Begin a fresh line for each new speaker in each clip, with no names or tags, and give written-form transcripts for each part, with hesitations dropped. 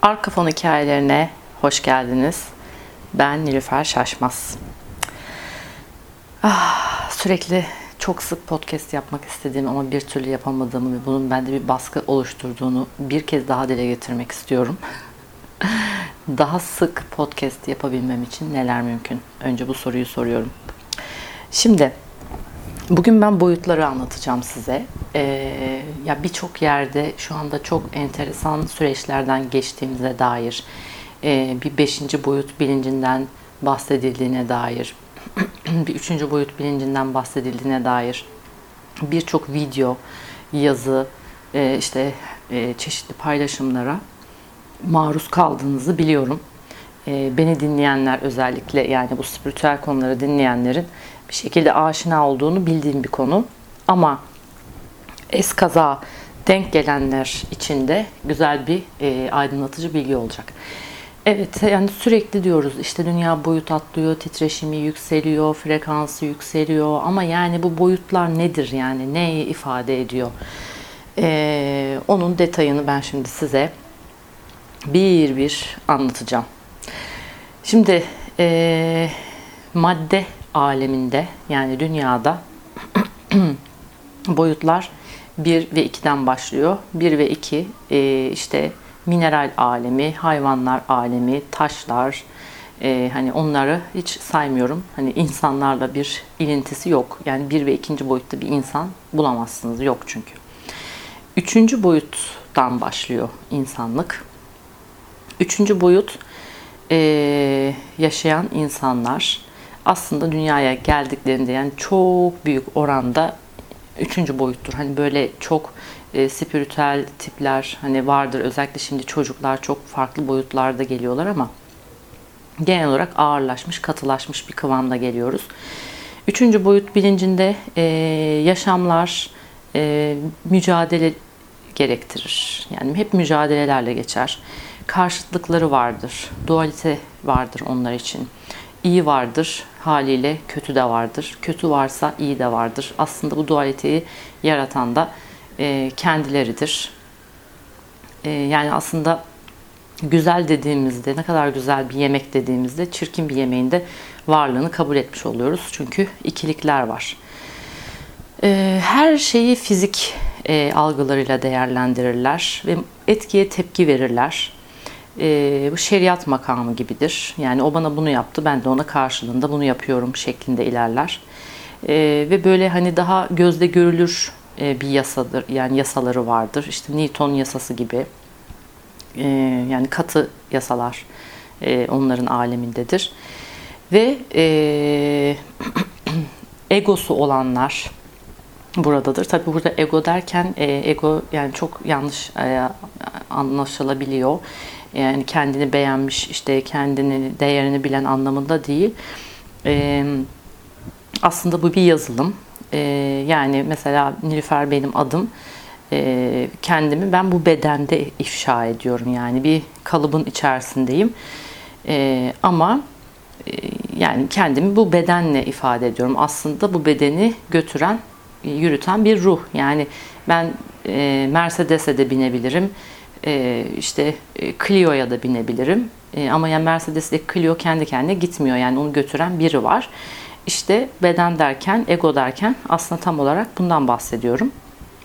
Arka Fon Hikayelerine hoş geldiniz. Ben Nilüfer Şaşmaz. Sürekli çok sık podcast yapmak istediğim ama bir türlü yapamadığımı ve bunun bende bir baskı oluşturduğunu bir kez daha dile getirmek istiyorum. Daha sık podcast yapabilmem için neler mümkün? Önce bu soruyu soruyorum. Şimdi bugün ben boyutları anlatacağım size. Ya birçok yerde şu anda çok enteresan süreçlerden geçtiğimize dair, bir 5. boyut bilincinden bahsedildiğine dair, bir 3. boyut bilincinden bahsedildiğine dair birçok video, yazı, çeşitli paylaşımlara maruz kaldığınızı biliyorum. Beni dinleyenler özellikle, yani bu spiritüel konuları dinleyenlerin bir şekilde aşina olduğunu bildiğim bir konu. Ama eskaza denk gelenler için de güzel bir aydınlatıcı bilgi olacak. Evet, yani sürekli diyoruz işte dünya boyut atlıyor, titreşimi yükseliyor, frekansı yükseliyor. Ama yani bu boyutlar nedir, yani neyi ifade ediyor? Onun detayını ben şimdi size bir bir anlatacağım. Şimdi madde aleminde, yani dünyada boyutlar 1 ve 2'den başlıyor. 1 ve 2 işte mineral alemi, hayvanlar alemi, taşlar, hani onları hiç saymıyorum. Hani insanlarla bir ilintisi yok. Yani 1 ve 2. boyutta bir insan bulamazsınız. Yok çünkü. 3. boyuttan başlıyor insanlık. 3. boyut yaşayan insanlar aslında dünyaya geldiklerinde, yani çok büyük oranda 3. boyuttur. Hani böyle çok spiritüel tipler hani vardır. Özellikle şimdi çocuklar çok farklı boyutlarda geliyorlar ama genel olarak ağırlaşmış, katılaşmış bir kıvamda geliyoruz. 3. boyut bilincinde yaşamlar mücadele gerektirir. Yani hep mücadelelerle geçer. Karşıtlıkları vardır. Dualite vardır onlar için. İyi vardır, haliyle kötü de vardır. Kötü varsa iyi de vardır. Aslında bu dualiteyi yaratan da kendileridir. Yani aslında güzel dediğimizde, ne kadar güzel bir yemek dediğimizde çirkin bir yemeğin de varlığını kabul etmiş oluyoruz. Çünkü ikilikler var. Her şeyi fizik algılarıyla değerlendirirler ve etkiye tepki verirler. Bu şeriat makamı gibidir. Yani o bana bunu yaptı, ben de ona karşılığında bunu yapıyorum şeklinde ilerler. Ve böyle hani daha gözle görülür bir yasadır. Yani yasaları vardır. İşte Newton yasası gibi. Yani katı yasalar onların alemindedir. Ve egosu olanlar buradadır. Tabi burada ego derken ego yani çok yanlış anlaşılabiliyor. Yani kendini beğenmiş, işte kendini, değerini bilen anlamında değil. Aslında bu bir yazılım. Yani mesela Nilüfer benim adım. Kendimi ben bu bedende ifşa ediyorum. Yani bir kalıbın içerisindeyim. Ama yani kendimi bu bedenle ifade ediyorum. Aslında bu bedeni götüren, yürüten bir ruh. Yani ben Mercedes'e de binebilirim. İşte Clio'ya da binebilirim. Ama yani Mercedes ile Clio kendi kendine gitmiyor. Yani onu götüren biri var. İşte beden derken, ego derken aslında tam olarak bundan bahsediyorum.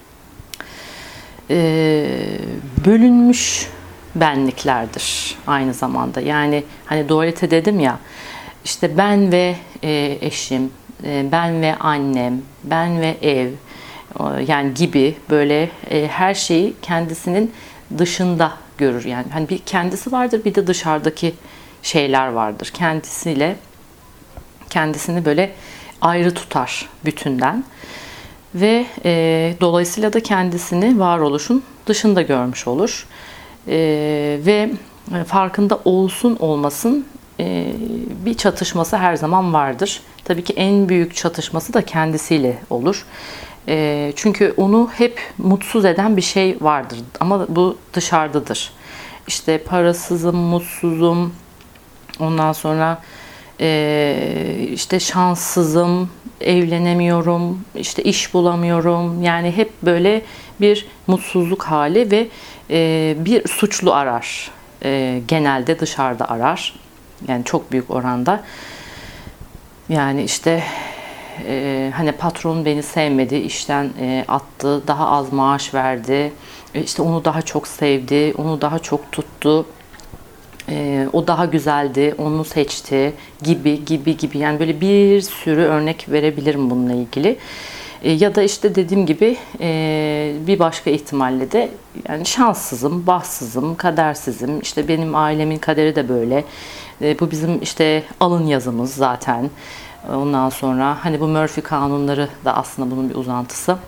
Bölünmüş benliklerdir aynı zamanda. Yani hani dualite dedim ya, işte ben ve eşim, ben ve annem, ben ve ev, yani gibi böyle her şeyi kendisinin dışında görür. Yani hani bir kendisi vardır, bir de dışarıdaki şeyler vardır. Kendisini böyle ayrı tutar bütünden ve dolayısıyla da kendisini varoluşun dışında görmüş olur. Ve farkında olsun olmasın bir çatışması her zaman vardır. Tabii ki en büyük çatışması da kendisiyle olur. Çünkü onu hep mutsuz eden bir şey vardır. Ama bu dışarıdadır. İşte parasızım, mutsuzum, ondan sonra işte şanssızım, evlenemiyorum, işte iş bulamıyorum. Yani hep böyle bir mutsuzluk hali ve bir suçlu arar. genelde dışarıda arar. Yani çok büyük oranda. Yani işte hani patron beni sevmedi, işten attı, daha az maaş verdi, işte onu daha çok sevdi, onu daha çok tuttu, o daha güzeldi, onu seçti gibi gibi gibi. Yani böyle bir sürü örnek verebilirim bununla ilgili. Ya da işte dediğim gibi bir başka ihtimalle de yani şanssızım, bahtsızım, kadersizim. İşte benim ailemin kaderi de böyle. Bu bizim işte alın yazımız zaten. Ondan sonra hani bu Murphy kanunları da aslında bunun bir uzantısı.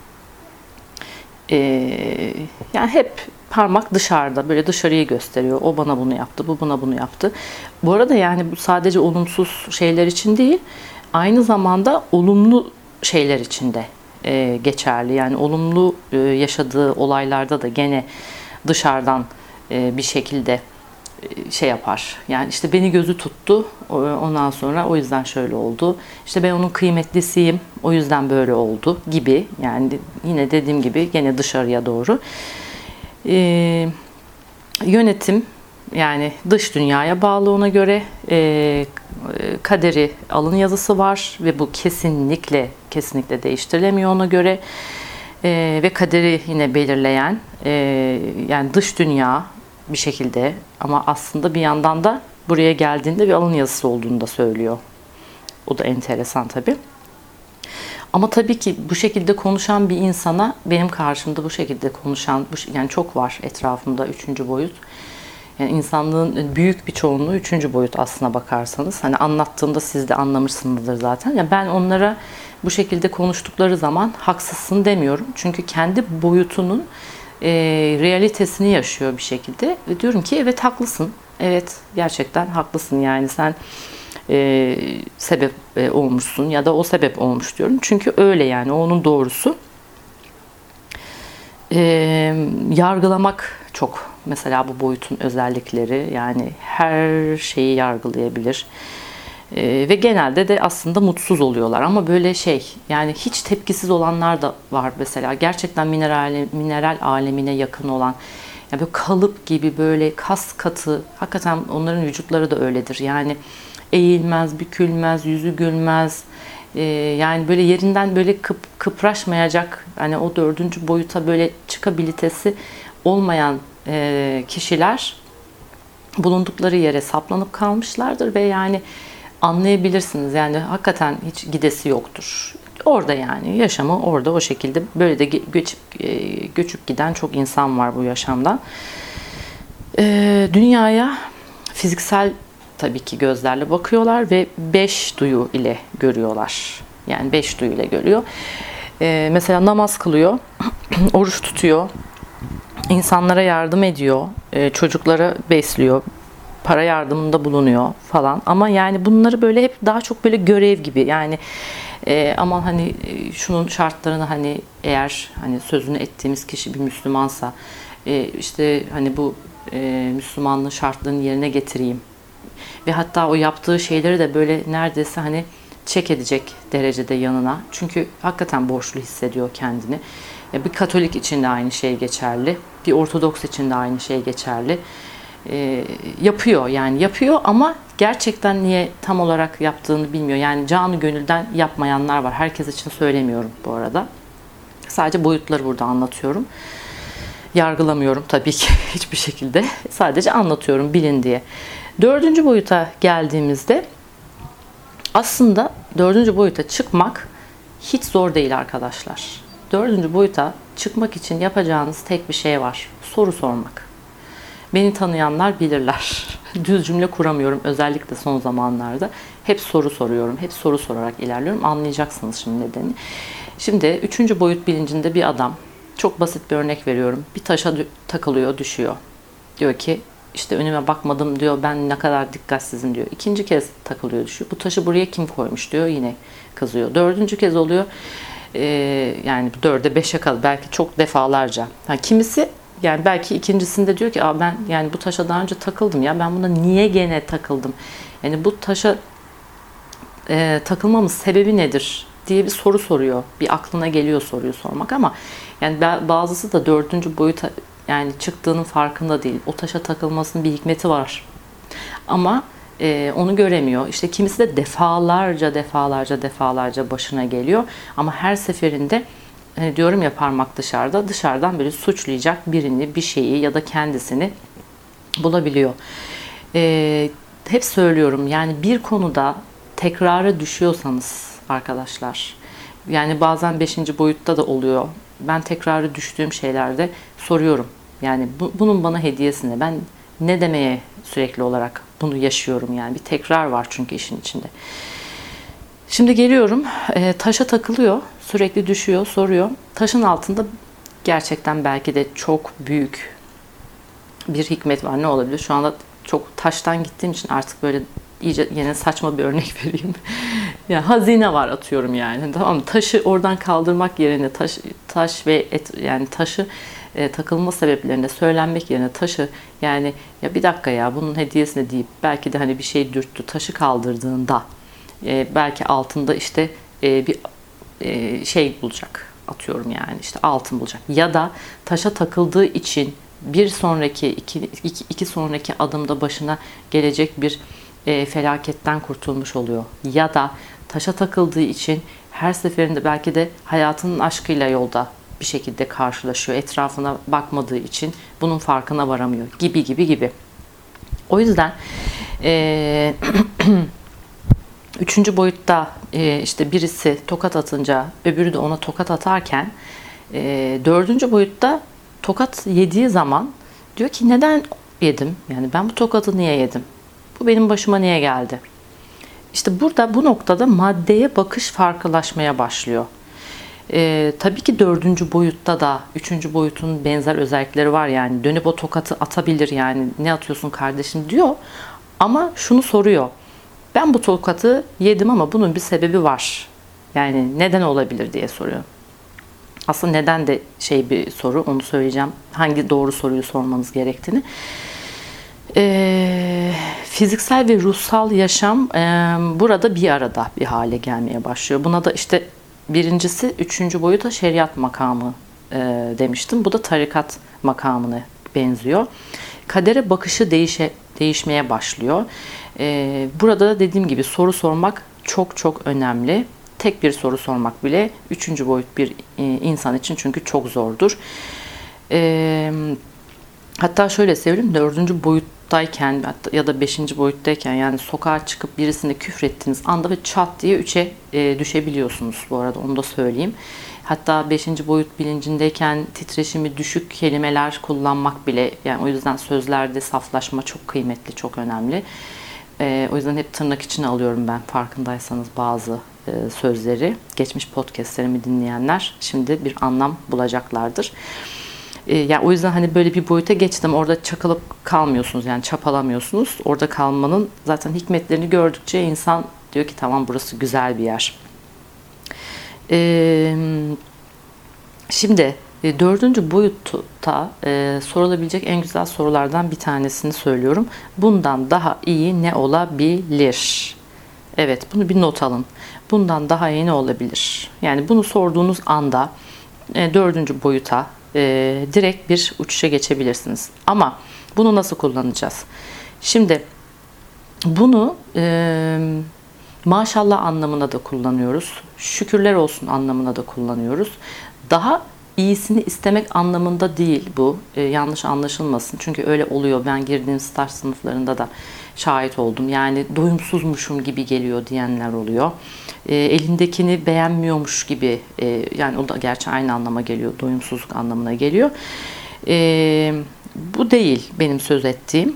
Yani hep parmak dışarıda, böyle dışarıyı gösteriyor. O bana bunu yaptı, bu bana bunu yaptı. Bu arada yani bu sadece olumsuz şeyler için değil, aynı zamanda olumlu şeyler için de geçerli. Yani olumlu yaşadığı olaylarda da gene dışarıdan bir şekilde şey yapar. Yani işte beni gözü tuttu. Ondan sonra o yüzden şöyle oldu. İşte ben onun kıymetlisiyim. O yüzden böyle oldu gibi. Yani yine dediğim gibi gene dışarıya doğru. Yönetim yani dış dünyaya bağlı ona göre. Kaderi alın yazısı var ve bu kesinlikle değiştirilemiyor ona göre. Ve kaderi yine belirleyen yani dış dünya bir şekilde, ama aslında bir yandan da buraya geldiğinde bir alın yazısı olduğunu da söylüyor. O da enteresan tabii. Ama tabii ki bu şekilde konuşan bir insana, benim karşımda bu şekilde konuşan, yani çok var etrafımda üçüncü boyut. Yani insanlığın büyük bir çoğunluğu üçüncü boyut aslına bakarsanız. Hani anlattığımda siz de anlamışsınızdır zaten. Yani ben onlara bu şekilde konuştukları zaman haksızsın demiyorum. Çünkü kendi boyutunun realitesini yaşıyor bir şekilde. Ve diyorum ki evet haklısın. Evet gerçekten haklısın, yani sen sebep olmuşsun ya da o sebep olmuş diyorum. Çünkü öyle, yani onun doğrusu. Yargılamak çok. Mesela bu boyutun özellikleri, yani her şeyi yargılayabilir. Ve genelde de aslında mutsuz oluyorlar. Ama böyle yani hiç tepkisiz olanlar da var mesela. Gerçekten mineral alemine yakın olan, yani böyle kalıp gibi, böyle kas katı. Hakikaten onların vücutları da öyledir. Yani eğilmez, bükülmez, yüzü gülmez. Yani böyle yerinden böyle kıpraşmayacak, hani o dördüncü boyuta böyle çıkabilitesi olmayan kişiler bulundukları yere saplanıp kalmışlardır ve yani anlayabilirsiniz. Yani hakikaten hiç gidesi yoktur. Orada yani yaşamı orada o şekilde, böyle de göçüp giden çok insan var bu yaşamdan. Dünyaya fiziksel tabii ki gözlerle bakıyorlar ve 5 duyu ile görüyorlar. Yani 5 duyu ile görüyor. Mesela namaz kılıyor, oruç tutuyor, insanlara yardım ediyor, çocuklara besliyor, para yardımında bulunuyor falan. Ama yani bunları böyle hep daha çok böyle görev gibi. Yani aman hani şunun şartlarını, hani eğer hani sözünü ettiğimiz kişi bir Müslümansa işte hani bu Müslümanlığın şartlarını yerine getireyim. Ve hatta o yaptığı şeyleri de böyle neredeyse hani çek edecek derecede yanına. Çünkü hakikaten borçlu hissediyor kendini. Bir Katolik için de aynı şey geçerli. Bir Ortodoks için de aynı şey geçerli. Yapıyor, yani yapıyor ama gerçekten niye tam olarak yaptığını bilmiyor. Yani canı gönülden yapmayanlar var. Herkes için söylemiyorum bu arada. Sadece boyutları burada anlatıyorum. Yargılamıyorum tabii ki hiçbir şekilde. Sadece anlatıyorum bilin diye. Dördüncü boyuta geldiğimizde aslında dördüncü boyuta çıkmak hiç zor değil arkadaşlar. Dördüncü boyuta çıkmak için yapacağınız tek bir şey var. Soru sormak. Beni tanıyanlar bilirler. Düz cümle kuramıyorum özellikle son zamanlarda. Hep soru soruyorum. Hep soru sorarak ilerliyorum. Anlayacaksınız şimdi nedeni. Şimdi üçüncü boyut bilincinde bir adam, çok basit bir örnek veriyorum. Bir taşa takılıyor, düşüyor. Diyor ki işte önüme bakmadım diyor, ben ne kadar dikkatsizim diyor. İkinci kez takılıyor, düşüyor. Bu taşı buraya kim koymuş diyor, yine kızıyor. Dördüncü kez oluyor. Yani 4'e 5'e kadar belki çok defalarca. Yani kimisi yani belki ikincisinde diyor ki ben yani bu taşa daha önce takıldım ya, ben buna niye gene takıldım? Yani bu taşa takılmamın sebebi nedir diye bir soru soruyor. Bir aklına geliyor soruyu sormak, ama yani bazısı da dördüncü boyuta Yani çıktığının farkında değil. O taşa takılmasının bir hikmeti var. Ama onu göremiyor. İşte kimisi de defalarca başına geliyor. Ama her seferinde hani diyorum ya, parmak dışarıdan böyle suçlayacak birini, bir şeyi ya da kendisini bulabiliyor. Hep söylüyorum, yani bir konuda tekrara düşüyorsanız arkadaşlar, yani bazen 5. boyutta da oluyor. Ben tekrara düştüğüm şeylerde soruyorum. Yani bunun bana hediyesi ne? Ben ne demeye sürekli olarak bunu yaşıyorum yani. Bir tekrar var çünkü işin içinde. Şimdi geliyorum, taşa takılıyor, sürekli düşüyor, soruyor. Taşın altında gerçekten belki de çok büyük bir hikmet var. Ne olabilir? Şu anda çok taştan gittiğim için artık böyle iyice yine saçma bir örnek vereyim. Yani hazine var atıyorum yani. Tamam mı? Taşı oradan kaldırmak yerine taş ve yani taşı takılma sebeplerine söylenmek yerine taşı, yani ya bir dakika ya bunun hediyesini deyip belki de hani bir şey dürttü, taşı kaldırdığında belki altında işte bir şey bulacak atıyorum, yani işte altın bulacak ya da taşa takıldığı için bir sonraki iki sonraki adımda başına gelecek bir felaketten kurtulmuş oluyor ya da taşa takıldığı için her seferinde belki de hayatının aşkıyla yolda bir şekilde karşılaşıyor. Etrafına bakmadığı için bunun farkına varamıyor gibi. O yüzden üçüncü boyutta işte birisi tokat atınca öbürü de ona tokat atarken dördüncü boyutta tokat yediği zaman diyor ki neden yedim? Yani ben bu tokatı niye yedim? Bu benim başıma niye geldi? İşte burada bu noktada maddeye bakış farklılaşmaya başlıyor. Tabii ki dördüncü boyutta da üçüncü boyutun benzer özellikleri var, yani dönüp o tokatı atabilir, yani ne atıyorsun kardeşim diyor, ama şunu soruyor: ben bu tokatı yedim ama bunun bir sebebi var, yani neden olabilir diye soruyor. Aslında neden de bir soru, onu söyleyeceğim, hangi doğru soruyu sormanız gerektiğini. Fiziksel ve ruhsal yaşam burada bir arada bir hale gelmeye başlıyor. Buna da işte birincisi üçüncü boyuta şeriat makamı demiştim. Bu da tarikat makamına benziyor. Kadere bakışı değişmeye başlıyor. Burada da dediğim gibi soru sormak çok önemli. Tek bir soru sormak bile üçüncü boyut bir insan için çünkü çok zordur. Hatta şöyle söyleyeyim, dördüncü boyuttayken ya da beşinci boyuttayken, yani sokağa çıkıp birisine küfrettiğiniz anda ve çat diye üçe düşebiliyorsunuz, bu arada onu da söyleyeyim. Hatta 5. boyut bilincindeyken titreşimi düşük kelimeler kullanmak bile, yani o yüzden sözlerde saflaşma çok kıymetli, çok önemli. O yüzden hep tırnak içine alıyorum ben, farkındaysanız bazı sözleri. Geçmiş podcastlerimi dinleyenler şimdi bir anlam bulacaklardır. Yani o yüzden hani böyle bir boyuta geçtim. Orada çakılıp kalmıyorsunuz, yani çapalamıyorsunuz. Orada kalmanın zaten hikmetlerini gördükçe insan diyor ki tamam, burası güzel bir yer. Şimdi dördüncü boyutta sorulabilecek en güzel sorulardan bir tanesini söylüyorum. Bundan daha iyi ne olabilir? Evet, bunu bir not alın. Bundan daha iyi ne olabilir? Yani bunu sorduğunuz anda dördüncü boyuta direkt bir uçuşa geçebilirsiniz. Ama bunu nasıl kullanacağız? Şimdi bunu maşallah anlamına da kullanıyoruz. Şükürler olsun anlamına da kullanıyoruz. Daha iyisini istemek anlamında değil bu. Yanlış anlaşılmasın. Çünkü öyle oluyor. Ben girdiğim staj sınıflarında da şahit oldum. Yani doyumsuzmuşum gibi geliyor diyenler oluyor. Elindekini beğenmiyormuş gibi, yani o da gerçi aynı anlama geliyor. Doyumsuzluk anlamına geliyor. Bu değil benim söz ettiğim.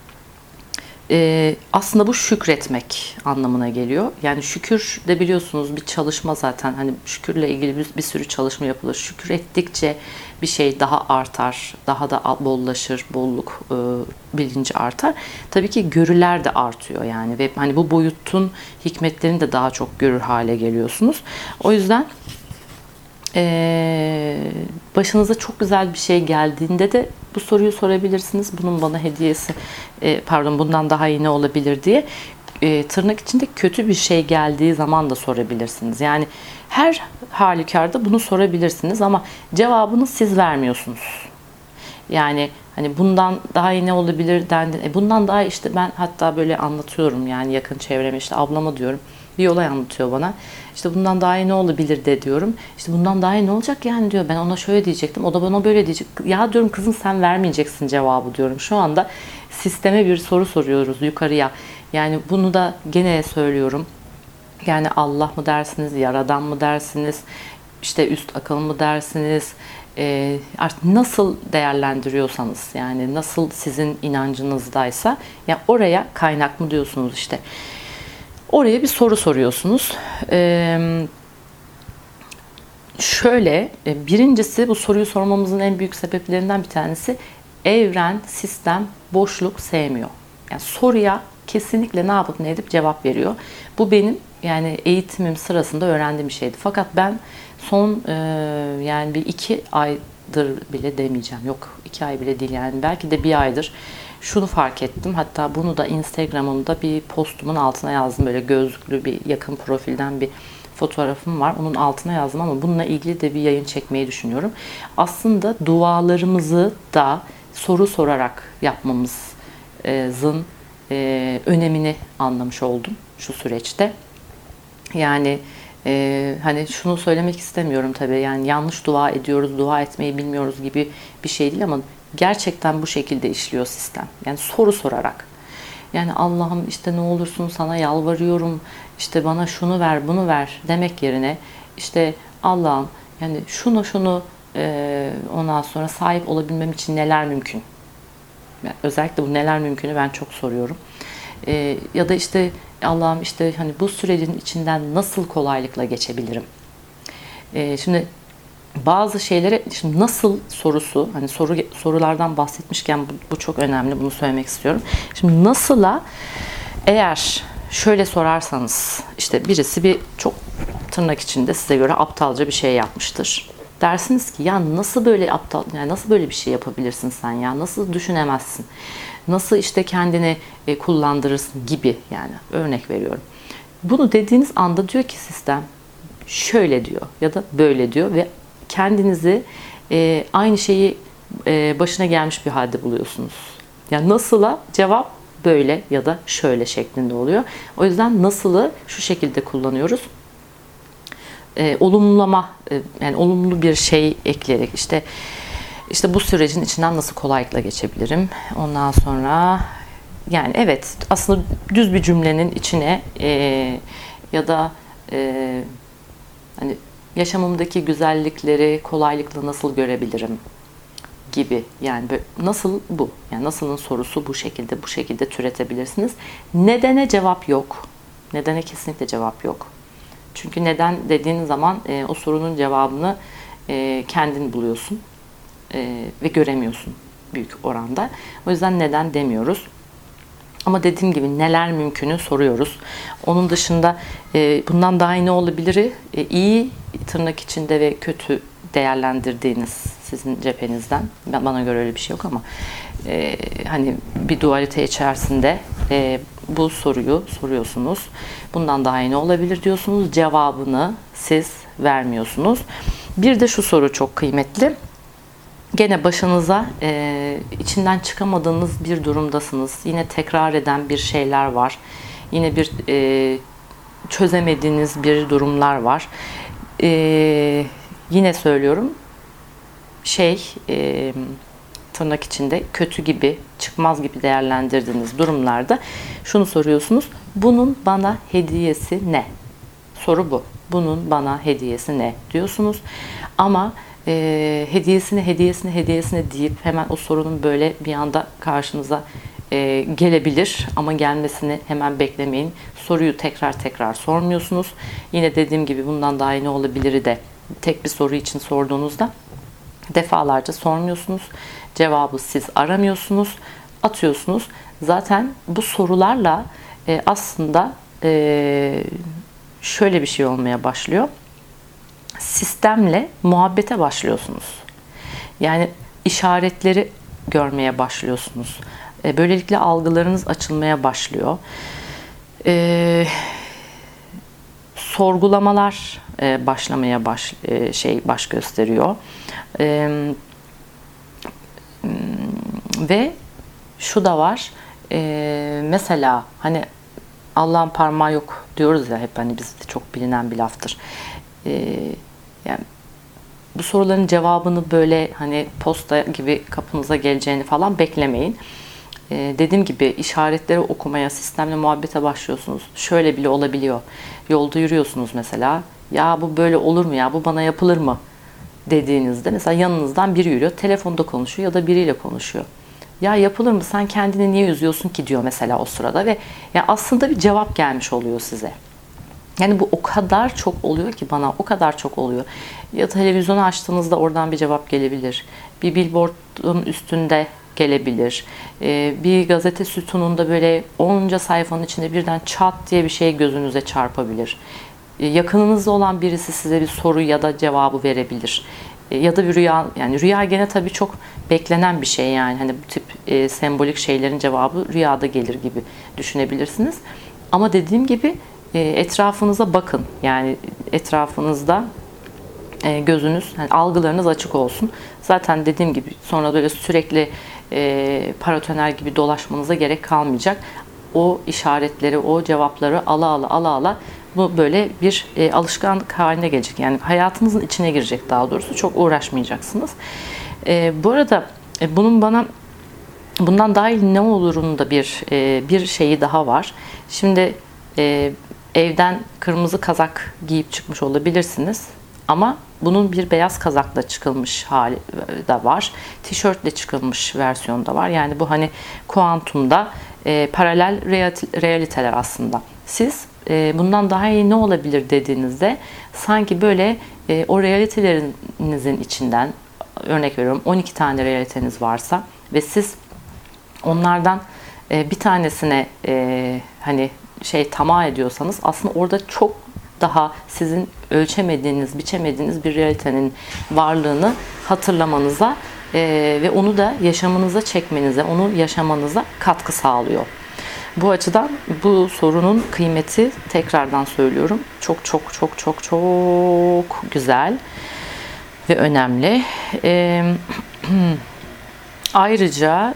Aslında bu şükretmek anlamına geliyor. Yani şükür de biliyorsunuz bir çalışma zaten. Hani şükürle ilgili bir sürü çalışma yapılır. Şükür ettikçe bir şey daha artar, daha da bollaşır, bolluk bilinci artar. Tabii ki görüler de artıyor yani ve hani bu boyutun hikmetlerini de daha çok görür hale geliyorsunuz. O yüzden başınıza çok güzel bir şey geldiğinde de bu soruyu sorabilirsiniz. Bunun bana hediyesi, bundan daha iyi ne olabilir diye. Tırnak içinde kötü bir şey geldiği zaman da sorabilirsiniz. Yani her halükarda bunu sorabilirsiniz ama cevabını siz vermiyorsunuz. Yani hani bundan daha iyi ne olabilir dendi. Bundan daha işte ben hatta böyle anlatıyorum yani yakın çevreme, işte ablama diyorum. Bir olay anlatıyor bana. İşte bundan daha iyi ne olabilir de diyorum. İşte bundan daha iyi ne olacak yani diyor. Ben ona şöyle diyecektim. O da bana böyle diyecek. Ya diyorum kızım sen vermeyeceksin cevabı diyorum. Şu anda sisteme bir soru soruyoruz yukarıya. Yani bunu da gene söylüyorum. Yani Allah mı dersiniz, Yaradan mı dersiniz, işte üst akıl mı dersiniz, artık nasıl değerlendiriyorsanız, yani nasıl sizin inancınızdaysa, ya oraya kaynak mı diyorsunuz işte. Oraya bir soru soruyorsunuz. Şöyle, birincisi bu soruyu sormamızın en büyük sebeplerinden bir tanesi, evren, sistem boşluk sevmiyor. Yani soruya kesinlikle ne yapıp ne edip cevap veriyor. Bu benim yani eğitimim sırasında öğrendiğim bir şeydi. Fakat ben son yani bir 2 aydır bile demeyeceğim. Yok 2 ay bile değil yani belki de bir aydır şunu fark ettim. Hatta bunu da Instagram'ımda bir postumun altına yazdım. Böyle gözlüklü bir yakın profilden bir fotoğrafım var. Onun altına yazdım ama bununla ilgili de bir yayın çekmeyi düşünüyorum. Aslında dualarımızı da soru sorarak yapmamızın önemini anlamış oldum şu süreçte. Yani hani şunu söylemek istemiyorum tabii, yani yanlış dua ediyoruz, dua etmeyi bilmiyoruz gibi bir şey değil ama gerçekten bu şekilde işliyor sistem. Yani soru sorarak. Yani Allah'ım işte ne olursun sana yalvarıyorum, işte bana şunu ver, bunu ver demek yerine işte Allah'ım yani şunu ondan sonra sahip olabilmem için neler mümkün? Yani özellikle bu neler mümkünü ben çok soruyorum. Ya da işte Allah'ım işte hani bu sürecin içinden nasıl kolaylıkla geçebilirim? Şimdi bazı şeylere, şimdi nasıl sorusu, hani sorulardan bahsetmişken bu çok önemli, bunu söylemek istiyorum. Şimdi nasıla eğer şöyle sorarsanız, işte birisi bir çok tırnak içinde size göre aptalca bir şey yapmıştır. Dersiniz ki ya nasıl böyle aptal, yani nasıl böyle bir şey yapabilirsin sen, ya nasıl düşünemezsin, nasıl işte kendini kullandırırsın gibi, yani örnek veriyorum. Bunu dediğiniz anda diyor ki sistem şöyle diyor ya da böyle diyor ve kendinizi aynı şeyi başına gelmiş bir halde buluyorsunuz. Yani nasıla cevap böyle ya da şöyle şeklinde oluyor. O yüzden nasılı şu şekilde kullanıyoruz. Olumlama, yani olumlu bir şey ekleyerek işte bu sürecin içinden nasıl kolaylıkla geçebilirim. Ondan sonra yani evet, aslında düz bir cümlenin içine ya da hani yaşamımdaki güzellikleri kolaylıkla nasıl görebilirim gibi, yani nasıl bu, yani nasılın sorusu bu şekilde türetebilirsiniz. Nedene cevap yok. Nedene kesinlikle cevap yok. Çünkü neden dediğin zaman o sorunun cevabını kendin buluyorsun ve göremiyorsun büyük oranda. O yüzden neden demiyoruz. Ama dediğim gibi neler mümkünü soruyoruz. Onun dışında bundan daha iyi ne olabilir? İyi tırnak içinde ve kötü değerlendirdiğiniz sizin cephenizden. Bana göre öyle bir şey yok ama hani bir dualite içerisinde bu soruyu soruyorsunuz. Bundan daha iyi ne olabilir diyorsunuz. Cevabını siz vermiyorsunuz. Bir de şu soru çok kıymetli. Gene başınıza içinden çıkamadığınız bir durumdasınız. Yine tekrar eden bir şeyler var. Yine bir çözemediğiniz bir durumlar var. Yine söylüyorum, tırnak içinde kötü gibi, çıkmaz gibi değerlendirdiğiniz durumlarda şunu soruyorsunuz. Bunun bana hediyesi ne? Soru bu. Bunun bana hediyesi ne diyorsunuz. Ama hediyesini deyip hemen o sorunun böyle bir anda karşınıza gelebilir ama gelmesini hemen beklemeyin. Soruyu tekrar sormuyorsunuz. Yine dediğim gibi bundan daha iyi ne olabilir de tek bir soru için sorduğunuzda defalarca sormuyorsunuz. Cevabı siz aramıyorsunuz, atıyorsunuz. Zaten bu sorularla aslında şöyle bir şey olmaya başlıyor. Sistemle muhabbete başlıyorsunuz. Yani işaretleri görmeye başlıyorsunuz. Böylelikle algılarınız açılmaya başlıyor. Sorgulamalar baş gösteriyor. Ve şu da var. Mesela hani Allah'ın parmağı yok diyoruz ya hep, hani bizde çok bilinen bir laftır. Yani bu soruların cevabını böyle hani posta gibi kapınıza geleceğini falan beklemeyin. Dediğim gibi işaretleri okumaya, sistemle muhabbete başlıyorsunuz. Şöyle bile olabiliyor. Yolda yürüyorsunuz mesela. Ya bu böyle olur mu ya? Bu bana yapılır mı? Dediğinizde mesela yanınızdan biri yürüyor. Telefonda konuşuyor ya da biriyle konuşuyor. Ya yapılır mı? Sen kendini niye üzüyorsun ki diyor mesela o sırada ve ya aslında bir cevap gelmiş oluyor size. Yani bu o kadar çok oluyor ki bana, o kadar çok oluyor. Ya televizyonu açtığınızda oradan bir cevap gelebilir. Bir billboardun üstünde gelebilir. Bir gazete sütununda böyle onca sayfanın içinde birden çat diye bir şey gözünüze çarpabilir. Yakınınızda olan birisi size bir soru ya da cevabı verebilir. Ya da bir rüya, yani rüya gene tabii çok beklenen bir şey, yani hani bu tip sembolik şeylerin cevabı rüyada gelir gibi düşünebilirsiniz. Ama dediğim gibi etrafınıza bakın. Yani etrafınızda gözünüz, yani algılarınız açık olsun. Zaten dediğim gibi sonra böyle sürekli paratoner gibi dolaşmanıza gerek kalmayacak. O işaretleri, o cevapları ala bu böyle bir alışkanlık haline gelecek. Yani hayatınızın içine girecek daha doğrusu. Çok uğraşmayacaksınız. Bu arada bundan daha iyi ne olurun da bir şeyi daha var. Şimdi evden kırmızı kazak giyip çıkmış olabilirsiniz. Ama bunun bir beyaz kazakla çıkılmış hali de var. Tişörtle çıkılmış versiyonu da var. Yani bu hani kuantumda paralel realiteler aslında. Siz bundan daha iyi ne olabilir dediğinizde sanki böyle o realitelerinizin içinden, örnek veriyorum 12 tane realiteniz varsa ve siz onlardan bir tanesine hani tamah ediyorsanız aslında orada çok daha sizin ölçemediğiniz, biçemediğiniz bir realitenin varlığını hatırlamanıza ve onu da yaşamınıza çekmenize, onu yaşamanıza katkı sağlıyor. Bu açıdan bu sorunun kıymeti, tekrardan söylüyorum, çok çok çok çok çok güzel ve önemli. Ayrıca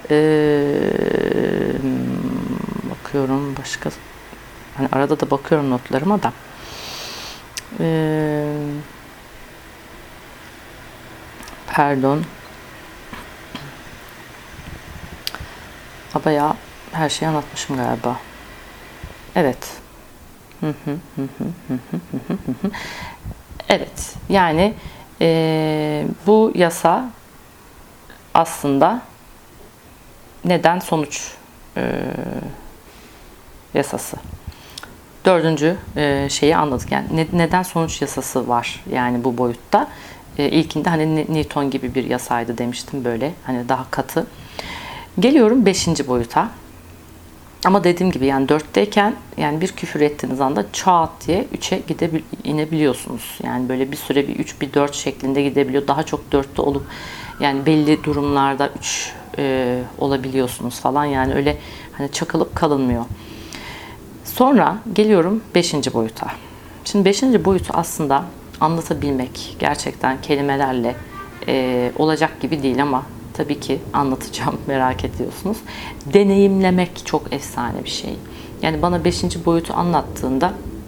bakıyorum başka, hani arada da bakıyorum notlarıma da. Pardon. Bayağı her şeyi anlatmışım galiba. Evet. Evet. Yani bu yasa aslında neden sonuç yasası. Dördüncü şeyi anladık. Yani neden sonuç yasası var yani bu boyutta. İlkinde hani Newton gibi bir yasaydı demiştim, böyle hani daha katı. Geliyorum 5. boyuta. Ama dediğim gibi yani 4'teyken yani bir küfür ettiğiniz anda çat diye 3'e inebiliyorsunuz. Yani böyle bir süre bir 3 bir 4 şeklinde gidebiliyor. Daha çok 4'te olup yani belli durumlarda 3 olabiliyorsunuz falan. Yani öyle hani çakılıp kalınmıyor. Sonra geliyorum 5. boyuta. Şimdi 5. boyutu aslında anlatabilmek gerçekten kelimelerle olacak gibi değil ama tabii ki anlatacağım, merak ediyorsunuz. Deneyimlemek çok efsane bir şey. Yani bana 5. boyutu anlattığında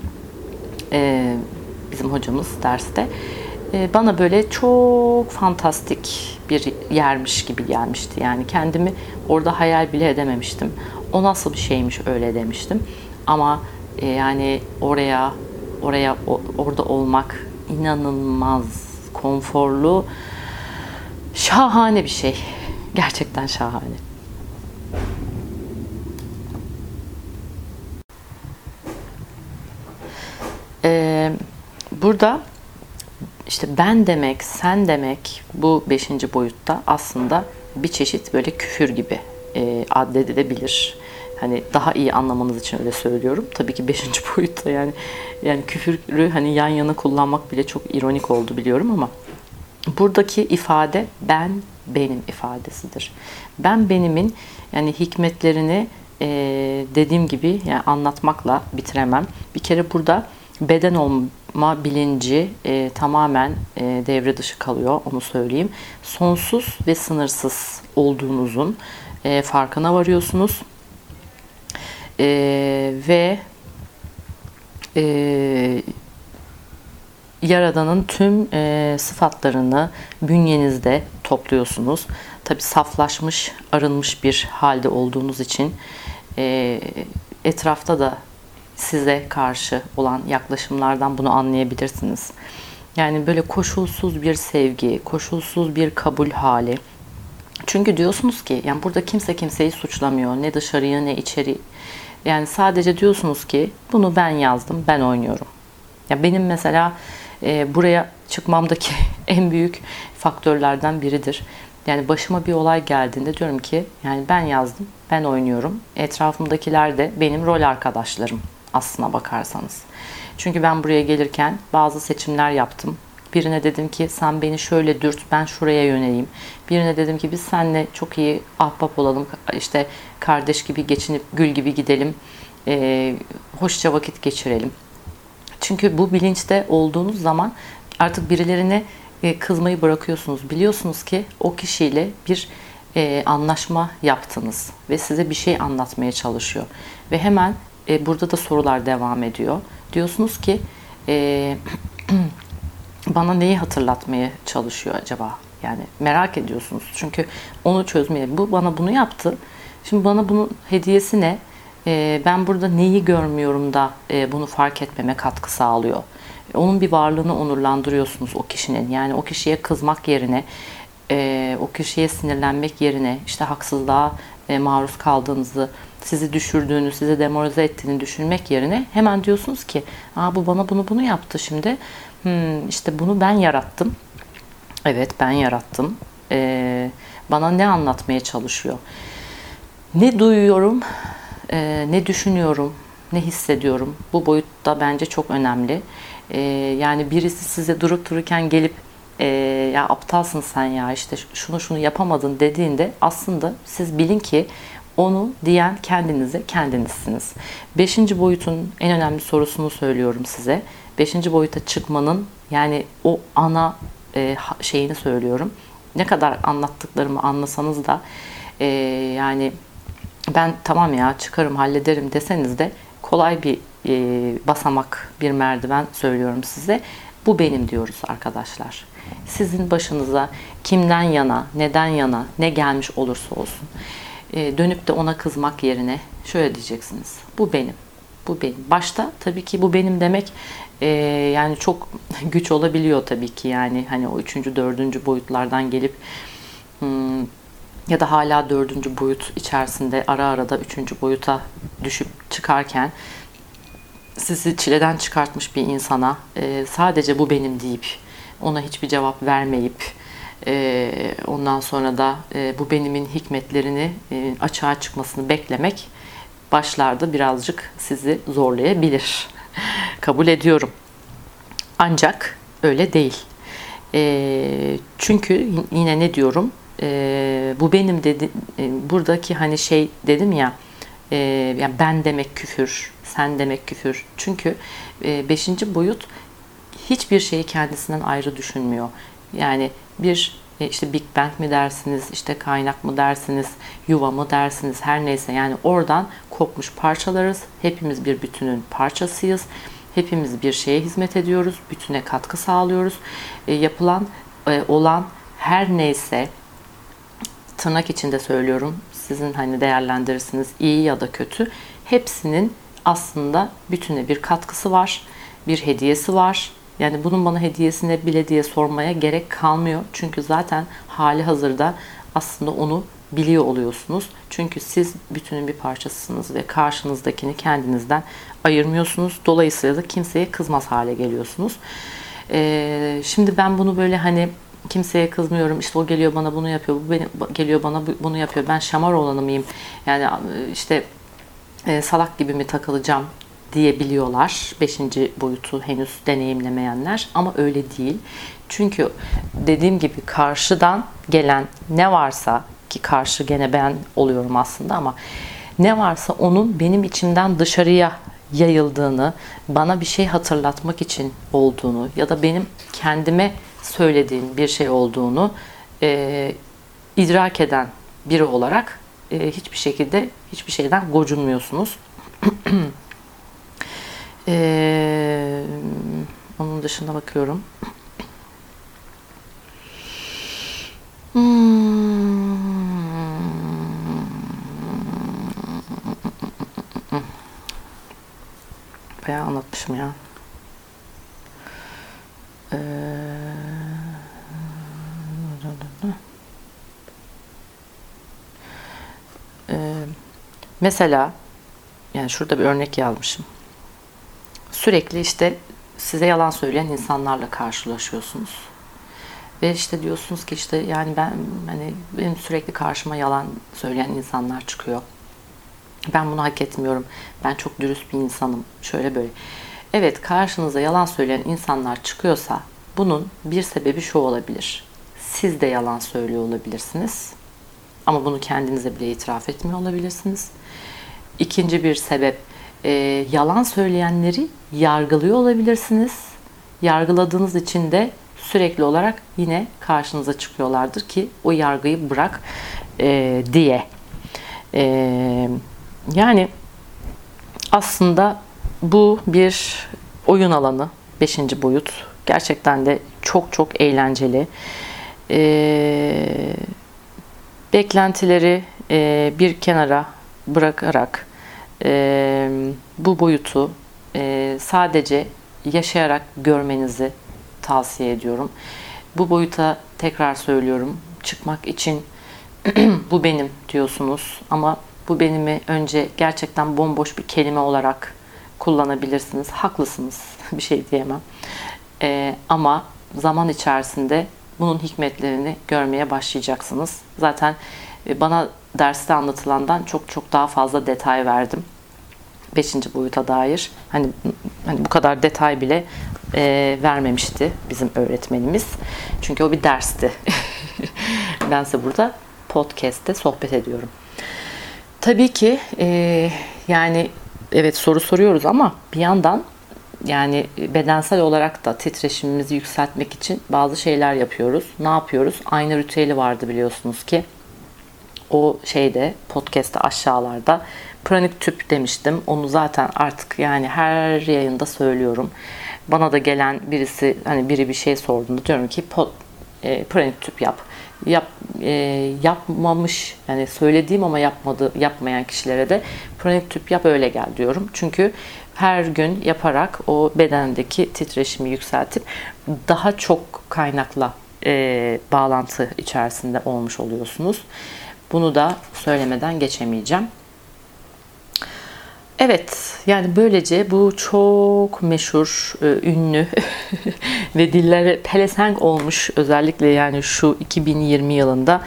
bizim hocamız derste bana böyle çok fantastik bir yermiş gibi gelmişti. Yani kendimi orada hayal bile edememiştim. O nasıl bir şeymiş öyle demiştim. Ama yani orada olmak inanılmaz konforlu, şahane bir şey. Gerçekten şahane. Burada işte ben demek, sen demek bu 5. boyutta aslında bir çeşit böyle küfür gibi addedilebilir. Hani daha iyi anlamanız için öyle söylüyorum. Tabii ki 5. boyutta yani küfürü hani yan yana kullanmak bile çok ironik oldu biliyorum ama buradaki ifade ben benim ifadesidir. Ben benimin yani hikmetlerini dediğim gibi yani anlatmakla bitiremem. Bir kere burada beden yapma bilinci tamamen devre dışı kalıyor, onu söyleyeyim. Sonsuz ve sınırsız olduğunuzun farkına varıyorsunuz. Ve Yaradan'ın tüm sıfatlarını bünyenizde topluyorsunuz. Tabi saflaşmış, arınmış bir halde olduğunuz için etrafta da size karşı olan yaklaşımlardan bunu anlayabilirsiniz. Yani böyle koşulsuz bir sevgi, koşulsuz bir kabul hali. Çünkü diyorsunuz ki yani burada kimse kimseyi suçlamıyor. Ne dışarıyı ne içeri. Yani sadece diyorsunuz ki bunu ben yazdım, ben oynuyorum. Ya benim mesela buraya çıkmamdaki en büyük faktörlerden biridir. Yani başıma bir olay geldiğinde diyorum ki yani ben yazdım, ben oynuyorum. Etrafımdakiler de benim rol arkadaşlarım aslına bakarsanız. Çünkü ben buraya gelirken bazı seçimler yaptım. Birine dedim ki sen beni şöyle dürt, ben şuraya yöneleyim. Birine dedim ki biz seninle çok iyi ahbap olalım, işte kardeş gibi geçinip gül gibi gidelim, hoşça vakit geçirelim. Çünkü bu bilinçte olduğunuz zaman artık birilerine kızmayı bırakıyorsunuz. Biliyorsunuz ki o kişiyle bir anlaşma yaptınız ve size bir şey anlatmaya çalışıyor. Ve hemen burada da sorular devam ediyor. Diyorsunuz ki bana neyi hatırlatmaya çalışıyor acaba? Yani merak ediyorsunuz. Çünkü onu çözmeye, bu bana bunu yaptı. Şimdi bana bunun hediyesi ne? Ben burada neyi görmüyorum da bunu fark etmeme katkı sağlıyor. Onun bir varlığını onurlandırıyorsunuz o kişinin. Yani o kişiye kızmak yerine, o kişiye sinirlenmek yerine, işte haksızlığa maruz kaldığınızı, sizi düşürdüğünü, sizi demoralize ettiğini düşünmek yerine hemen diyorsunuz ki bu bana bunu yaptı şimdi. İşte bunu ben yarattım. Evet, ben yarattım. Bana ne anlatmaya çalışıyor? Ne duyuyorum, ne düşünüyorum, ne hissediyorum? Bu boyutta bence çok önemli. Yani birisi size durup dururken gelip ya aptalsın sen ya, işte şunu yapamadın dediğinde aslında siz bilin ki onu diyen kendinizsiniz. 5. boyutun en önemli sorusunu söylüyorum size. 5. boyuta çıkmanın yani o ana şeyini söylüyorum. Ne kadar anlattıklarımı anlasanız da yani ben tamam ya çıkarım hallederim deseniz de kolay bir basamak, bir merdiven söylüyorum size. Bu benim diyoruz arkadaşlar. Sizin başınıza kimden yana, neden yana, ne gelmiş olursa olsun dönüp de ona kızmak yerine şöyle diyeceksiniz. Bu benim. Bu benim. Başta tabii ki bu benim demek yani çok güç olabiliyor tabii ki, yani hani o 3. 4. boyutlardan gelip ya da hala 4. boyut içerisinde ara ara da 3. boyuta düşüp çıkarken sizi çileden çıkartmış bir insana sadece bu benim deyip ona hiçbir cevap vermeyip ondan sonra da bu benimin hikmetlerini açığa çıkmasını beklemek başlarda birazcık sizi zorlayabilir. Kabul ediyorum. Ancak öyle değil. Çünkü yine ne diyorum? Bu benim dedi. Buradaki hani şey dedim ya, yani ben demek küfür, sen demek küfür. Çünkü 5. boyut hiçbir şeyi kendisinden ayrı düşünmüyor. Yani bir işte Big Bang mi dersiniz, işte kaynak mı dersiniz, yuva mı dersiniz, her neyse, yani oradan kopmuş parçalarız. Hepimiz bir bütünün parçasıyız. Hepimiz bir şeye hizmet ediyoruz. Bütüne katkı sağlıyoruz. Yapılan, olan her neyse, tırnak içinde söylüyorum, sizin hani değerlendirirsiniz, iyi ya da kötü, hepsinin aslında bütüne bir katkısı var, bir hediyesi var. Yani bunun bana hediyesine bile diye sormaya gerek kalmıyor. Çünkü zaten hali hazırda aslında onu biliyor oluyorsunuz. Çünkü siz bütünün bir parçasısınız ve karşınızdakini kendinizden ayırmıyorsunuz. Dolayısıyla da kimseye kızmaz hale geliyorsunuz. Şimdi ben bunu böyle hani kimseye kızmıyorum, işte o geliyor bana bunu yapıyor, bu geliyor bana bunu yapıyor, ben şamar olanı mıyım, yani işte salak gibi mi takılacağım diyebiliyorlar 5. boyutu henüz deneyimlemeyenler, ama öyle değil. Çünkü dediğim gibi karşıdan gelen ne varsa, ki karşı gene ben oluyorum aslında, ama ne varsa onun benim içimden dışarıya yayıldığını, bana bir şey hatırlatmak için olduğunu ya da benim kendime söylediğim bir şey olduğunu idrak eden biri olarak hiçbir şekilde hiçbir şeyden gocunmuyorsunuz. Onun dışında bakıyorum. Bayağı anlatmışım ya. Mesela yani şurada bir örnek yazmışım. Sürekli işte size yalan söyleyen insanlarla karşılaşıyorsunuz. Ve işte diyorsunuz ki işte yani benim sürekli karşıma yalan söyleyen insanlar çıkıyor. Ben bunu hak etmiyorum. Ben çok dürüst bir insanım. Şöyle böyle. Evet, karşınıza yalan söyleyen insanlar çıkıyorsa bunun bir sebebi şu olabilir. Siz de yalan söylüyor olabilirsiniz. Ama bunu kendinize bile itiraf etmiyor olabilirsiniz. İkinci bir sebep, yalan söyleyenleri yargılıyor olabilirsiniz. Yargıladığınız için de sürekli olarak yine karşınıza çıkıyorlardır ki o yargıyı bırak diye. Yani aslında bu bir oyun alanı, 5. boyut. Gerçekten de çok çok eğlenceli. Beklentileri bir kenara bırakarak bu boyutu sadece yaşayarak görmenizi tavsiye ediyorum. Bu boyuta tekrar söylüyorum. Çıkmak için bu benim diyorsunuz ama bu benimi önce gerçekten bomboş bir kelime olarak kullanabilirsiniz. Haklısınız. Bir şey diyemem. Ama zaman içerisinde bunun hikmetlerini görmeye başlayacaksınız. Zaten bana derste anlatılandan çok çok daha fazla detay verdim. 5. boyuta dair. Hani bu kadar detay bile vermemişti bizim öğretmenimiz. Çünkü o bir dersti. Bense burada podcast'te sohbet ediyorum. Tabii ki yani evet soru soruyoruz ama bir yandan yani bedensel olarak da titreşimimizi yükseltmek için bazı şeyler yapıyoruz. Ne yapıyoruz? Ayna ritüeli vardı biliyorsunuz ki. O şeyde podcast'te aşağılarda pranik tüp demiştim. Onu zaten artık yani her yayında söylüyorum. Bana da gelen birisi hani biri bir şey sorduğunda diyorum ki pranik tüp yap. Yapmamış yani söylediğim ama yapmayan kişilere de pranik tüp yap öyle gel diyorum. Çünkü her gün yaparak o bedendeki titreşimi yükseltip daha çok kaynakla bağlantı içerisinde olmuş oluyorsunuz. Bunu da söylemeden geçemeyeceğim. Evet, yani böylece bu çok meşhur, ünlü ve dillere pelesenk olmuş özellikle yani şu 2020 yılında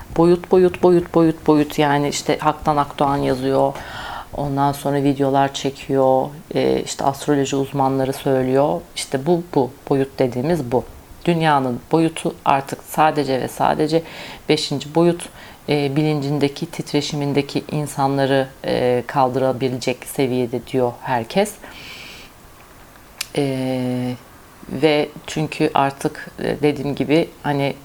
boyut yani işte Haktan Akdoğan yazıyor. Ondan sonra videolar çekiyor. İşte astroloji uzmanları söylüyor. İşte bu boyut dediğimiz bu. Dünyanın boyutu artık sadece ve sadece 5. boyut. Bilincindeki, titreşimindeki insanları kaldırabilecek seviyede diyor herkes. Ve çünkü artık dediğim gibi hani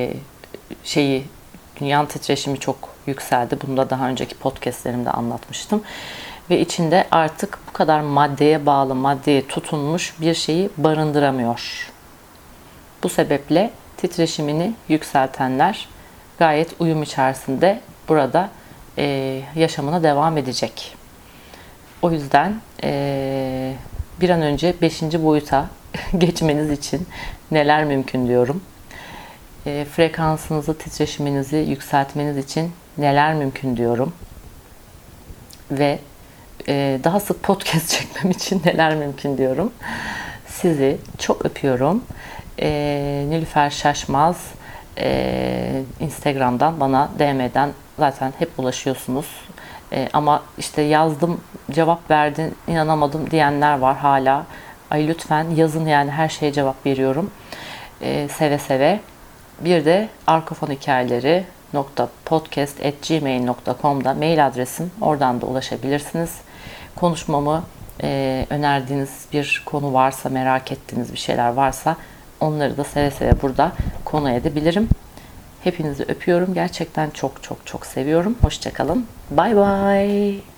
dünyanın titreşimi çok yükseldi. Bunu da daha önceki podcastlerimde anlatmıştım. Ve içinde artık bu kadar maddeye bağlı, maddeye tutunmuş bir şeyi barındıramıyor. Bu sebeple titreşimini yükseltenler gayet uyum içerisinde burada yaşamına devam edecek. O yüzden bir an önce 5. boyuta geçmeniz için neler mümkün diyorum. Frekansınızı, titreşiminizi yükseltmeniz için neler mümkün diyorum. Ve daha sık podcast çekmem için neler mümkün diyorum. Sizi çok öpüyorum. Nilüfer Şaşmaz Instagram'dan bana DM'den zaten hep ulaşıyorsunuz. Ama işte yazdım, cevap verdin, inanamadım diyenler var hala. Ay lütfen yazın yani her şeye cevap veriyorum. Seve seve. Bir de arkafonhikayeleri.podcast@gmail.com'da mail adresim. Oradan da ulaşabilirsiniz. Konuşmamı önerdiğiniz bir konu varsa, merak ettiğiniz bir şeyler varsa onları da seve seve burada konu edebilirim. Hepinizi öpüyorum. Gerçekten çok çok çok seviyorum. Hoşça kalın. Bay bay.